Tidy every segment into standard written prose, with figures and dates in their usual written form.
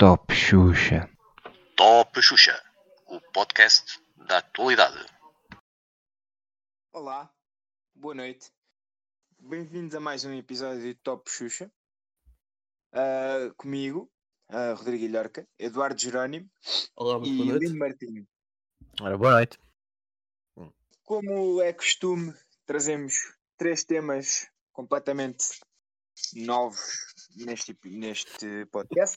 Top Xuxa. Top Xuxa, o podcast da atualidade. Olá, boa noite. Bem-vindos a mais um episódio de Top Xuxa. Comigo, Rodrigo Ilhorca, Eduardo Jerónimo Olá, muito e boa noite. Lino Martinho. Ora, boa noite. Como é costume, trazemos 3 temas completamente novos neste podcast.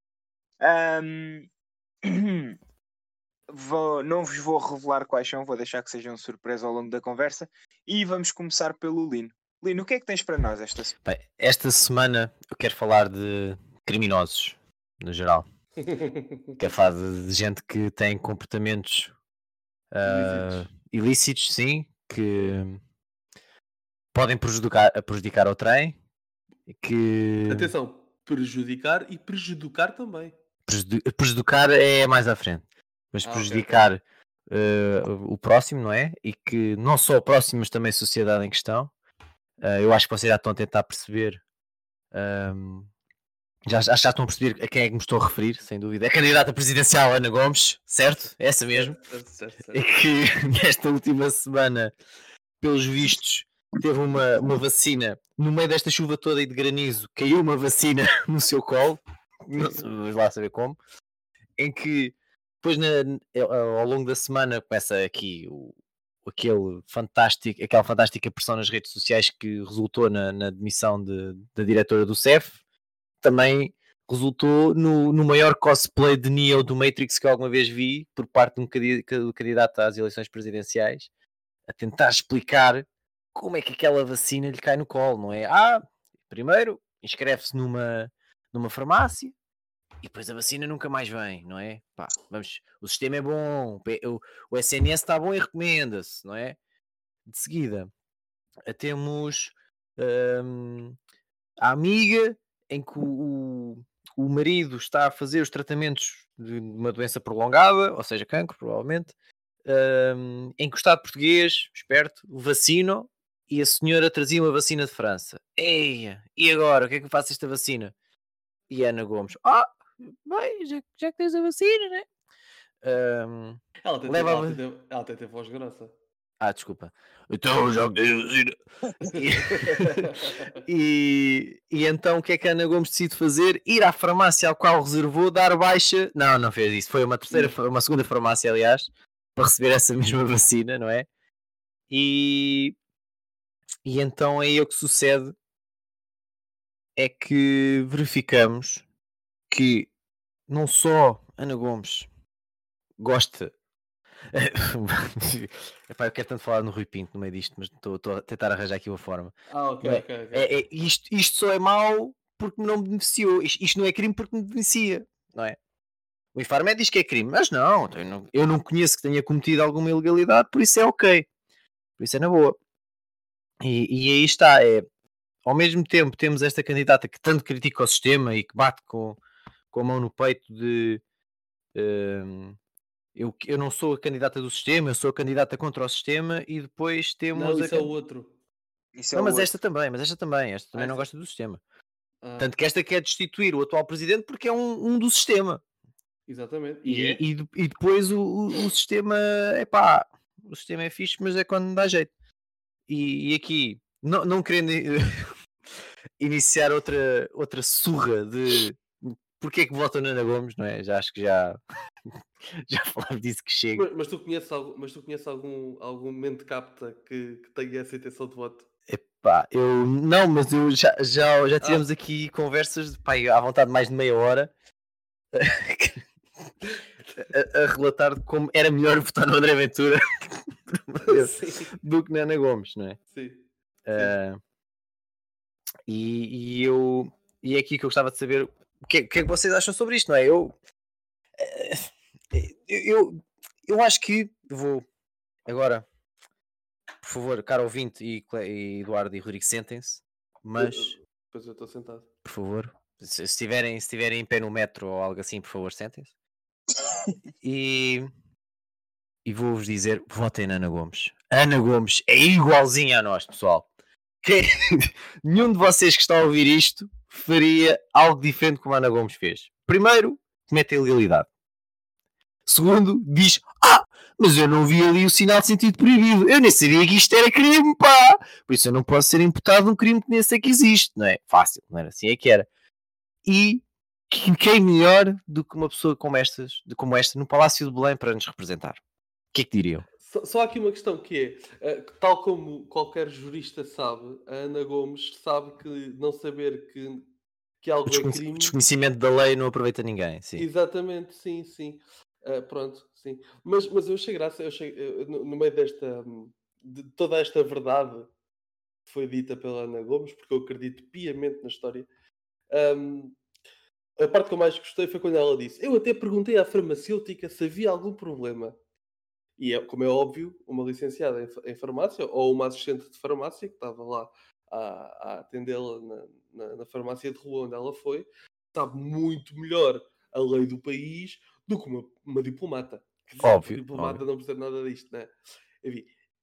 Não vos vou revelar quais são, vou deixar que sejam surpresa ao longo da conversa. E vamos começar pelo Lino. Lino, o que é que tens para nós esta semana? Bem, esta semana eu quero falar de criminosos, no geral. Quero falar de gente que tem comportamentos ilícitos, sim, que podem prejudicar ao trem. Que... Atenção, prejudicar e prejudicar também. Prejudicar é mais à frente, mas prejudicar o próximo, não é? E que não só o próximo, mas também a sociedade em questão. Eu acho que vocês já estão a tentar perceber. Já estão a perceber a quem é que me estou a referir, sem dúvida. É a candidata presidencial Ana Gomes, certo? Essa mesmo. Certo. É que nesta última semana, pelos vistos, teve uma vacina. No meio desta chuva toda e de granizo, caiu uma vacina no seu colo. Não sei, vamos lá saber como. Em que depois ao longo da semana começa aqui aquela fantástica pressão nas redes sociais que resultou na demissão da diretora do CEF. Também resultou no maior cosplay de Neo do Matrix que alguma vez vi por parte de um candidato às eleições presidenciais, a tentar explicar como é que aquela vacina lhe cai no colo, não é? Primeiro inscreve-se numa farmácia e depois a vacina nunca mais vem, não é? O sistema é bom, o SNS está bom e recomenda-se, não é? De seguida, temos a amiga em que o marido está a fazer os tratamentos de uma doença prolongada, ou seja, cancro, provavelmente, em que o Estado português, esperto, vacina e a senhora trazia uma vacina de França. Eia, e agora? O que é que eu faço esta vacina? E Ana Gomes, bem, já que tens a vacina, né? Ela até teve voz grossa. Desculpa. Então já que tens a vacina. E então o que é que a Ana Gomes decide fazer? Ir à farmácia ao qual reservou, dar baixa. Não fez isso. Foi uma segunda farmácia, aliás, para receber essa mesma vacina, não é? E então aí o que sucede é que verificamos que não só Ana Gomes gosta. Eu quero tanto falar no Rui Pinto no meio disto, mas estou a tentar arranjar aqui uma forma. Ok. Isto só é mau porque não me beneficiou. Isto não é crime porque me beneficia, não é? O Infarmed diz que é crime, mas não, eu não conheço que tenha cometido alguma ilegalidade, por isso é ok. Por isso é na boa. E aí está, ao mesmo tempo temos esta candidata que tanto critica o sistema e que bate com a mão no peito de eu não sou a candidata do sistema, eu sou a candidata contra o sistema, e depois temos... Não, isso é o outro. Esta também não gosta do sistema. Tanto que esta quer destituir o atual presidente porque é um do sistema. Exatamente. E depois o sistema, o sistema é fixe, mas é quando dá jeito. E aqui, não querendo iniciar outra surra de porque é que votam na Ana Gomes, não é? Já acho que já falámos disso que chega. Mas tu conheces algum mente capta que tenha essa intenção de voto? Eu não, mas eu já tivemos aqui conversas à vontade de mais de meia hora a relatar de como era melhor votar no André Ventura do que na Ana Gomes, não é? Sim. E é aqui que eu gostava de saber o que é que vocês acham sobre isto, não é? Eu acho que vou agora, por favor, caro ouvinte e Eduardo e Rodrigo, sentem-se, mas Pois eu estou sentado. Por favor, se estiverem em pé no metro ou algo assim, por favor, sentem-se. E vou-vos dizer, votem na Ana Gomes. Ana Gomes é igualzinha a nós, pessoal. Nenhum de vocês que está a ouvir isto faria algo diferente como a Ana Gomes fez. Primeiro, comete a ilegalidade. Segundo, diz, mas eu não vi ali o sinal de sentido proibido. Eu nem sabia que isto era crime, pá. Por isso eu não posso ser imputado de um crime que nem sei que existe. Não é fácil, não era assim, é que era. E quem melhor do que uma pessoa como esta no Palácio de Belém para nos representar? O que é que diriam? Só há aqui uma questão que é, tal como qualquer jurista sabe, a Ana Gomes sabe que não saber que algo é O crime... desconhecimento da lei não aproveita ninguém, sim. Exatamente, sim, sim. Pronto, sim. Mas eu achei graça, no meio de toda esta verdade que foi dita pela Ana Gomes, porque eu acredito piamente na história. A parte que eu mais gostei foi quando ela disse: eu até perguntei à farmacêutica se havia algum problema. E, como é óbvio, uma licenciada em farmácia ou uma assistente de farmácia que estava lá a atendê-la na farmácia de rua onde ela foi, sabe muito melhor a lei do país do que uma diplomata. Quer dizer, Óbvio, uma diplomata óbvio. não percebe nada disto, né? Enfim.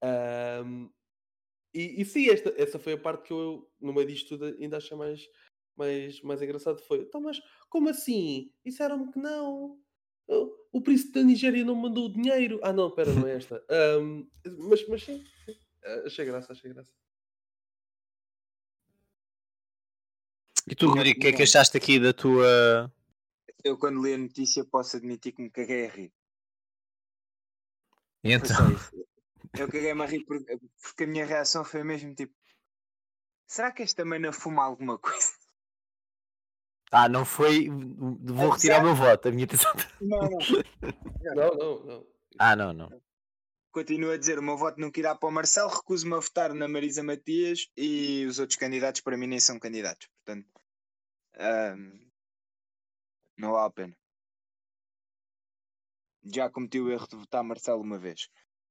E sim, essa foi a parte que eu, no meio disto tudo, ainda achei mais engraçado. Foi, então, mas como assim? Disseram-me que não. O príncipe da Nigéria não me mandou o dinheiro. Ah, não, espera, não é esta. Mas sim, sim. Achei graça, achei graça. E tu, Rodrigo, o que é que achaste aqui da tua... Eu, quando li a notícia, posso admitir que me caguei a rir. E Foi então? só isso. Eu caguei-me a rir porque a minha reação foi mesmo tipo: será que este também não fuma alguma coisa? Não foi... Vou retirar o meu voto, a minha atenção... Não. Não. Não. Continuo a dizer, o meu voto nunca irá para o Marcelo, recuso-me a votar na Marisa Matias e os outros candidatos para mim nem são candidatos. Portanto, não vale a pena. Já cometi o erro de votar Marcelo uma vez.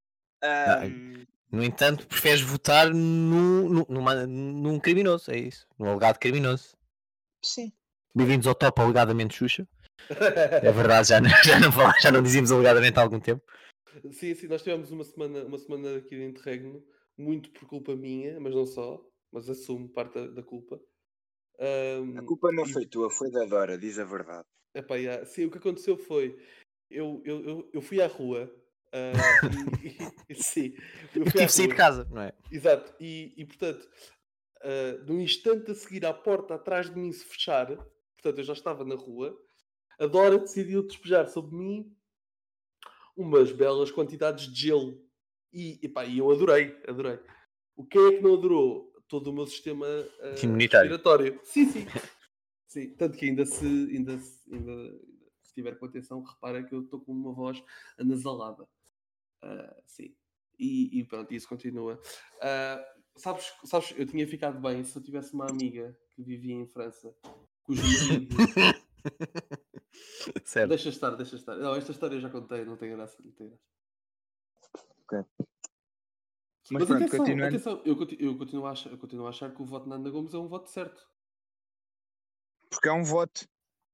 No entanto, preferes votar num criminoso, é isso? Num alegado criminoso. Sim. Bem-vindos ao top alegadamente Xuxa. É verdade, já não dizíamos alegadamente há algum tempo. Sim, nós tivemos uma semana aqui de interregno, muito por culpa minha, mas não só, mas assumo parte da culpa. A culpa não foi tua, foi da Dora, diz a verdade. Epá, sim, o que aconteceu foi, eu fui à rua, sim, Eu tive de sair de casa, não é? Exato, e portanto, no instante a seguir à porta atrás de mim se fechar, portanto eu já estava na rua, a Dora decidiu despejar sobre mim umas belas quantidades de gelo. E eu adorei. O que é que não adorou? Todo o meu sistema Imunitário. respiratório. Sim. Tanto que ainda se estiver com atenção, repara que eu estou com uma voz anasalada. Sim. E pronto, isso continua. Sabes, eu tinha ficado bem se eu tivesse uma amiga que vivia em França, cujo marido... Certo. Deixa estar. Não, esta história eu já contei, não tem graça. Ok. Mas pronto, atenção, eu continuo a achar que o voto na Ana Gomes é um voto certo. Porque é um voto.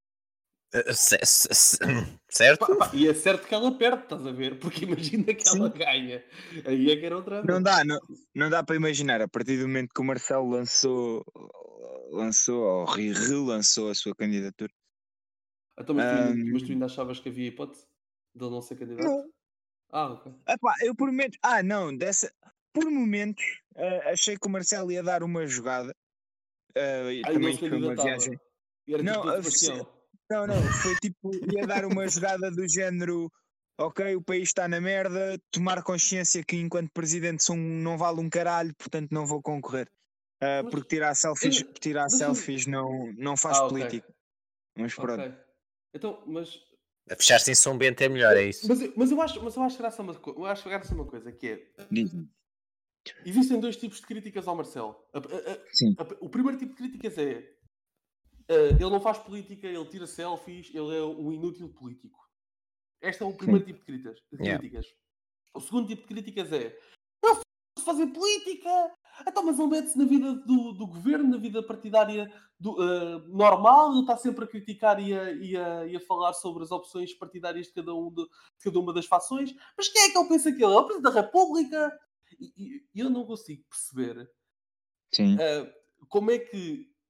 Certo? E é certo que ela perde, estás a ver? Porque imagina que ela ganha. Aí é que era outra vez. Não dá para imaginar. A partir do momento que o Marcelo lançou ou relançou a sua candidatura. Então, mas tu ainda achavas que havia hipótese de ele não ser candidato? Não. Ok. Epá, eu por momentos. Por momentos achei que o Marcelo ia dar uma jogada. E Aí também não se foi uma candidatava. viagem. E era Não, tipo Dom Sebastião. não, foi tipo, ia dar uma jogada do género: ok, o país está na merda, tomar consciência que enquanto presidente não vale um caralho, portanto não vou concorrer. Porque tirar selfies não faz ok. política. Mas pronto. Ok. Então, mas... A fechar-se em São Bento é melhor, é isso? Mas eu acho graça uma coisa, que é... Diz-me. Existem dois tipos de críticas ao Marcelo. Sim. O primeiro tipo de críticas é... ele não faz política, ele tira selfies, ele é um inútil político. Este é o primeiro tipo de críticas. Yeah. O segundo tipo de críticas é: ele f***se fazer política! Então, mas ele mete-se na vida do governo, na vida partidária normal, ele está sempre a criticar e a falar sobre as opções partidárias de cada uma das fações. Mas quem é que ele pensa que ele é? O Presidente da República? E eu não consigo perceber Sim. como é que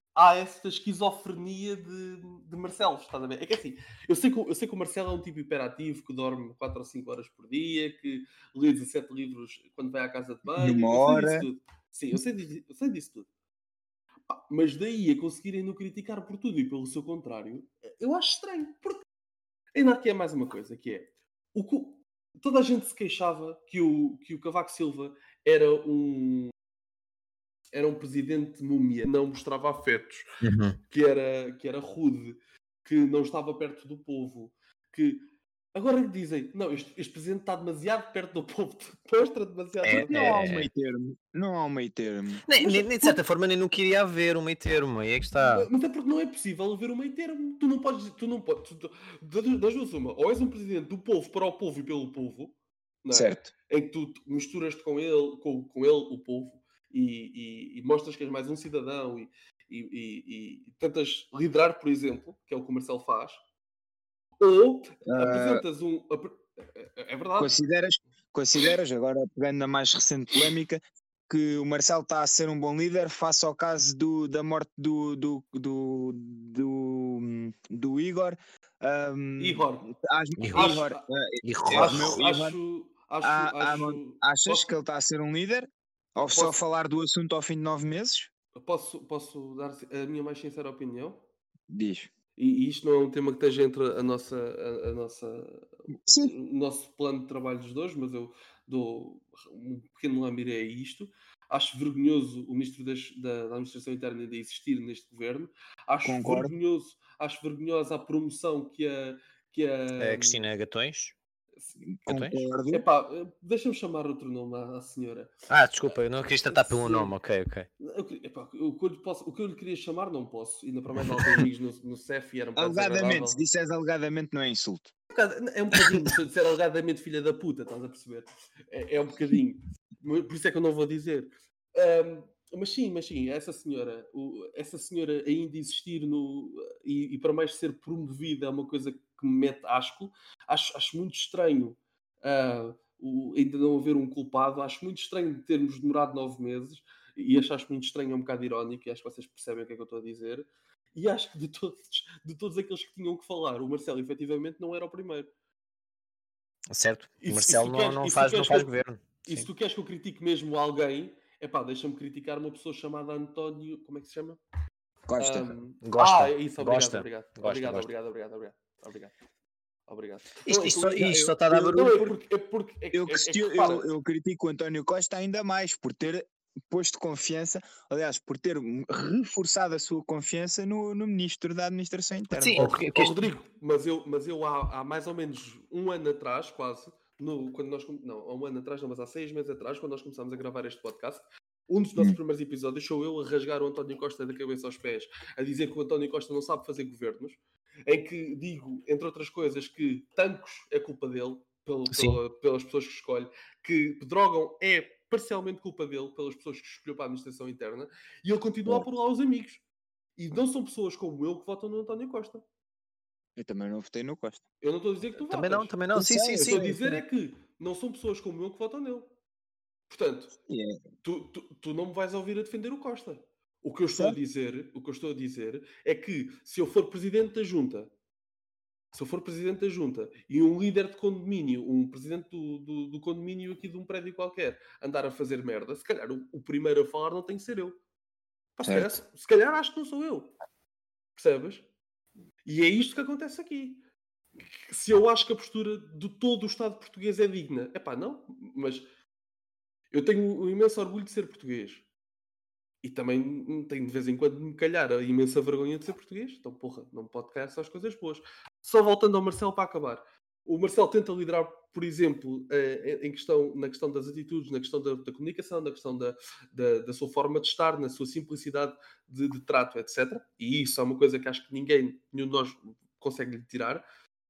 há esta esquizofrenia de Marcelo, estás a ver? É que assim, eu sei que o Marcelo é um tipo hiperativo, que dorme 4 ou 5 horas por dia, que lê 17 livros quando vai à casa de banho, Numa eu sei disso hora. tudo. Sim, eu sei disso tudo. Pá, mas daí a conseguirem no criticar por tudo e pelo seu contrário, eu acho estranho. Porque ainda aqui é mais uma coisa, que é... O que, toda a gente se queixava que o Cavaco Silva era um presidente múmia, não mostrava afetos, que era rude, que não estava perto do povo, que agora dizem, não, este presidente está demasiado perto do povo, mostra demasiado perto Não há um do meio termo. Não há um meio termo. Nem de certa forma nem não queria haver um meio termo, aí é que está. Mas é porque não é possível haver um meio termo. Tu não podes, das duas uma, ou és um presidente do povo para o povo e pelo povo, não é? Certo. Em que tu misturas-te com ele, com ele, o povo, e mostras que és mais um cidadão e tentas liderar, por exemplo, que é o que o Marcelo faz, ou apresentas um. É verdade. Consideras, agora pegando na mais recente polémica, que o Marcelo está a ser um bom líder face ao caso da morte do Igor? Igor, Igor, é o meu Igor. Achas que posso, ele está a ser um líder? Ou só posso, falar do assunto ao fim de 9 meses? posso dar a minha mais sincera opinião? Diz. E isto não é um tema que esteja entre a nossa, Sim. o nosso plano de trabalho dos dois, mas eu dou um pequeno lambire a isto. Acho vergonhoso o Ministro da Administração Interna ainda existir neste governo. Concordo. Acho vergonhosa a promoção que a Cristina Gatões? Gatões? Concordo. Epá, deixa-me chamar outro nome à senhora. Desculpa, eu não quis tratar pelo Sim. nome, ok. Epá, o que eu lhe queria chamar não posso. Ainda para mais ela tem amigos no CEF e era um bocado Alegadamente, desagradável. se disseres alegadamente, não é insulto. É um bocadinho, se eu disser alegadamente filha da puta, estás a perceber? É um bocadinho. Por isso é que eu não vou dizer. Mas sim, essa senhora ainda existir e para mais ser promovida é uma coisa que me mete asco. Acho muito estranho ainda não haver um culpado. Acho muito estranho termos demorado 9 meses e acho muito estranho, é um bocado irónico, e acho que vocês percebem o que é que eu estou a dizer. E acho que de todos aqueles que tinham que falar, o Marcelo efetivamente não era o primeiro. Certo, E o se Marcelo tu queres- não e se tu faz queres que eu- governo. E se Sim. tu queres que eu critique mesmo alguém, deixa-me criticar uma pessoa chamada António. Como é que se chama? Costa. Gosta. Isso, Gosta. obrigado. Gosta. Obrigado. Isto só está a dar barulho porque... Eu critico o António Costa ainda mais por ter posto confiança, aliás, por ter reforçado a sua confiança no Ministro da Administração Interna. Sim, Rodrigo, mas eu há mais ou menos um ano atrás, quase, quando nós, não, há um ano atrás, não, mas há 6 meses atrás, quando nós começámos a gravar este podcast, um dos nossos primeiros episódios sou eu a rasgar o António Costa da cabeça aos pés, a dizer que o António Costa não sabe fazer governos, em que digo, entre outras coisas, que Tancos é culpa dele, pelas pessoas que escolhe, que Pedrógão é parcialmente culpa dele, pelas pessoas que escolheu para a administração interna, e ele continua a pôr lá os amigos. E não são pessoas como eu que votam no António Costa. Eu também não votei no Costa. Eu não estou a dizer que tu Também votas. não. Sim. Estou a dizer é que não são pessoas como eu que votam nele. Portanto, tu não me vais ouvir a defender o Costa. O que eu estou a dizer é que se eu for presidente da Junta, e um líder de condomínio, um presidente do condomínio aqui de um prédio qualquer, andar a fazer merda, se calhar o primeiro a falar não tem que ser eu. Se calhar acho que não sou eu. Percebes? E é isto que acontece aqui. Se eu acho que a postura de todo o Estado português é digna, não, mas eu tenho um imenso orgulho de ser português. E também tenho de vez em quando de me calhar a imensa vergonha de ser português. Então, porra, não me pode calhar só as coisas boas. Só voltando ao Marcelo para acabar. O Marcelo tenta liderar, por exemplo, na questão das atitudes, na questão da comunicação, na questão da sua forma de estar, na sua simplicidade de trato, etc. E isso é uma coisa que acho que nenhum de nós consegue lhe tirar.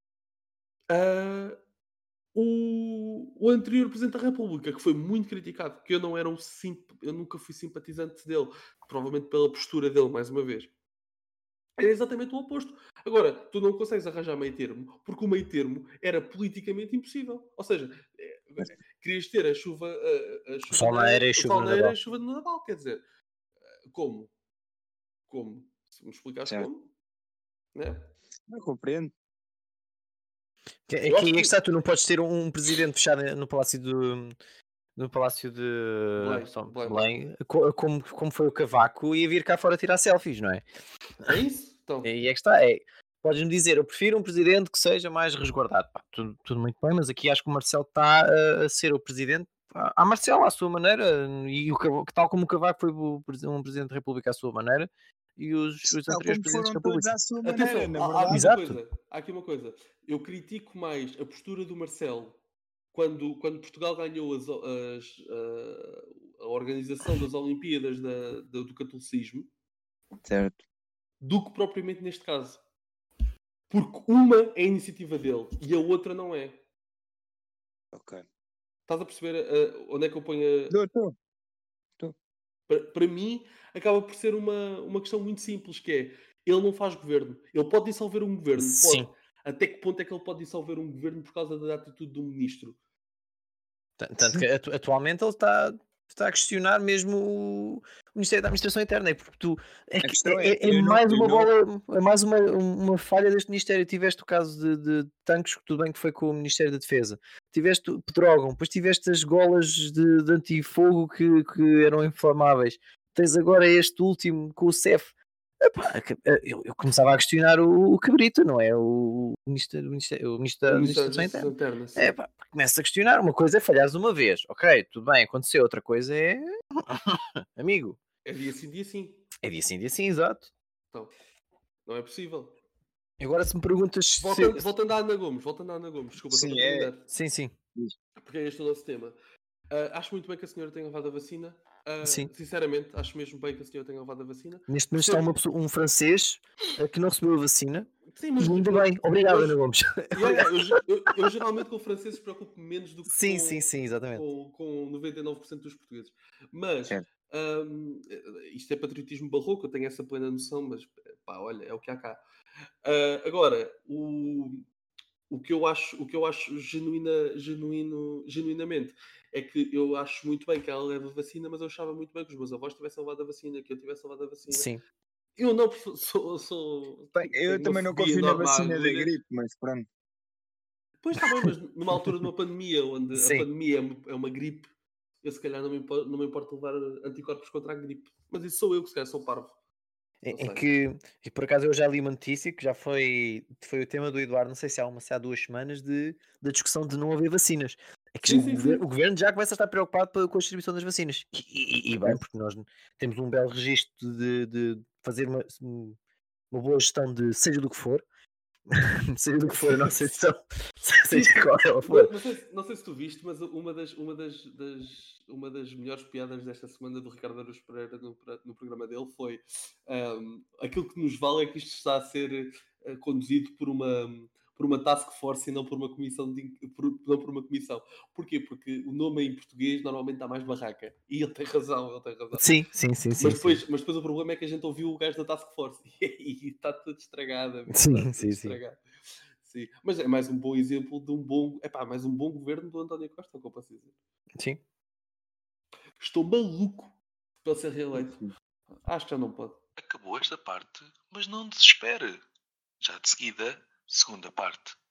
O anterior Presidente da República, que foi muito criticado, que eu nunca fui simpatizante dele, provavelmente pela postura dele, mais uma vez, era exatamente o oposto. Agora, tu não consegues arranjar meio termo, porque o meio termo era politicamente impossível. Ou seja, querias ter a chuva Sol na era e o chuva sol no na era Natal. e chuva no Natal, quer dizer, como? Se me explicares Certo. como, né? Não compreendo. É Eu acho que aí é que que- está, tu não podes ter um presidente fechado no Palácio de Belém. Belém, como foi o Cavaco, e ia vir cá fora tirar selfies, não é? É isso? Então, E aí é que está, podes-me dizer, eu prefiro um presidente que seja mais resguardado. Pá, tudo muito bem, mas aqui acho que o Marcelo está a ser o presidente, a Marcelo à sua maneira, e tal como o Cavaco foi um presidente da República à sua maneira, e os Tal anteriores como presidentes da foram todos República. à sua atenção, maneira, na há aqui verdade. uma Exato. coisa. Há aqui uma coisa. Eu critico mais a postura do Marcelo quando Portugal ganhou a organização das Olimpíadas do catolicismo Certo. do que propriamente neste caso. Porque uma é a iniciativa dele e a outra não é. Ok. Estás a perceber onde é que eu ponho a... Doutor. Para mim, acaba por ser uma questão muito simples, que é, ele não faz governo. Ele pode dissolver um governo, Sim. pode. Até que ponto é que ele pode dissolver um governo por causa da atitude do ministro? Tanto que atualmente ele está a questionar mesmo o Ministério da Administração Interna, porque A questão é, é eu não- mais eu uma não- bola, é mais uma falha deste Ministério. Tiveste o caso de tanques, que tudo bem que foi com o Ministério da Defesa, tiveste o Pedrógão, depois tiveste as golas de antifogo que eram inflamáveis, tens agora este último com o CEF. Epá, eu começava a questionar o Cabrita, não é? O ministro da O Ministério da Administração Justiça Interna. Interna, sim. É pá, começa a questionar. Uma coisa é falhares uma vez, ok, tudo bem, aconteceu. Outra coisa é, amigo, É dia sim, dia sim. é dia sim, exato. Então, não é possível. Agora se me perguntas se... Voltando à Ana Gomes, desculpa, só Sim, para terminar. Sim, Porque é este o nosso tema. Acho muito bem que a senhora tenha levado a vacina. Sim. Sinceramente, acho mesmo bem que a senhora tenha levado a vacina. Neste momento está um francês que não recebeu a vacina. Sim, mas E ainda bem, obrigado, Ana Gomes. Eu geralmente com franceses preocupo menos do que Sim, exatamente. com 99% dos portugueses. Mas Certo. isto é patriotismo barroco, eu tenho essa plena noção, mas pá, olha, é o que há cá. Agora, o que eu acho genuinamente é que eu acho muito bem que ela leve a vacina, mas eu achava muito bem que os meus avós tivessem levado a vacina, que eu tivesse levado a vacina. Sim. Eu não sou Bem, eu tenho também uma não fobia confio na enorme à vacina da agulha. gripe, mas pronto. Pois está bem, mas numa altura de uma pandemia, onde Sim. a pandemia é uma gripe, eu se calhar não me importo levar anticorpos contra a gripe. Mas isso sou eu que se calhar sou parvo. Não sei. E por acaso eu já li uma notícia que já foi o tema do Eduardo, não sei se há 2 semanas, da discussão de não haver vacinas. É que Sim, o governo já começa a estar preocupado com a distribuição das vacinas. E bem, porque nós temos um belo registro de fazer uma boa gestão de seja do que for, seja do que for a nossa gestão, seja qual ela for. Não sei se tu viste, mas uma das melhores piadas desta semana do Ricardo Araújo Pereira no programa dele foi aquilo que nos vale é que isto está a ser conduzido por uma task force e não por uma comissão não por uma comissão. Porquê? Porque o nome em português normalmente dá mais barraca. E ele tem razão. Sim. Mas depois o problema é que a gente ouviu o gajo da task force e está tudo estragado. Sim. Sim. Mas é mais um bom exemplo de mais um bom governo do António Costa, é o que eu posso dizer. Sim. Estou maluco para ser reeleito. Acho que já não pode. Acabou esta parte, mas não desespere. Já de seguida, segunda parte.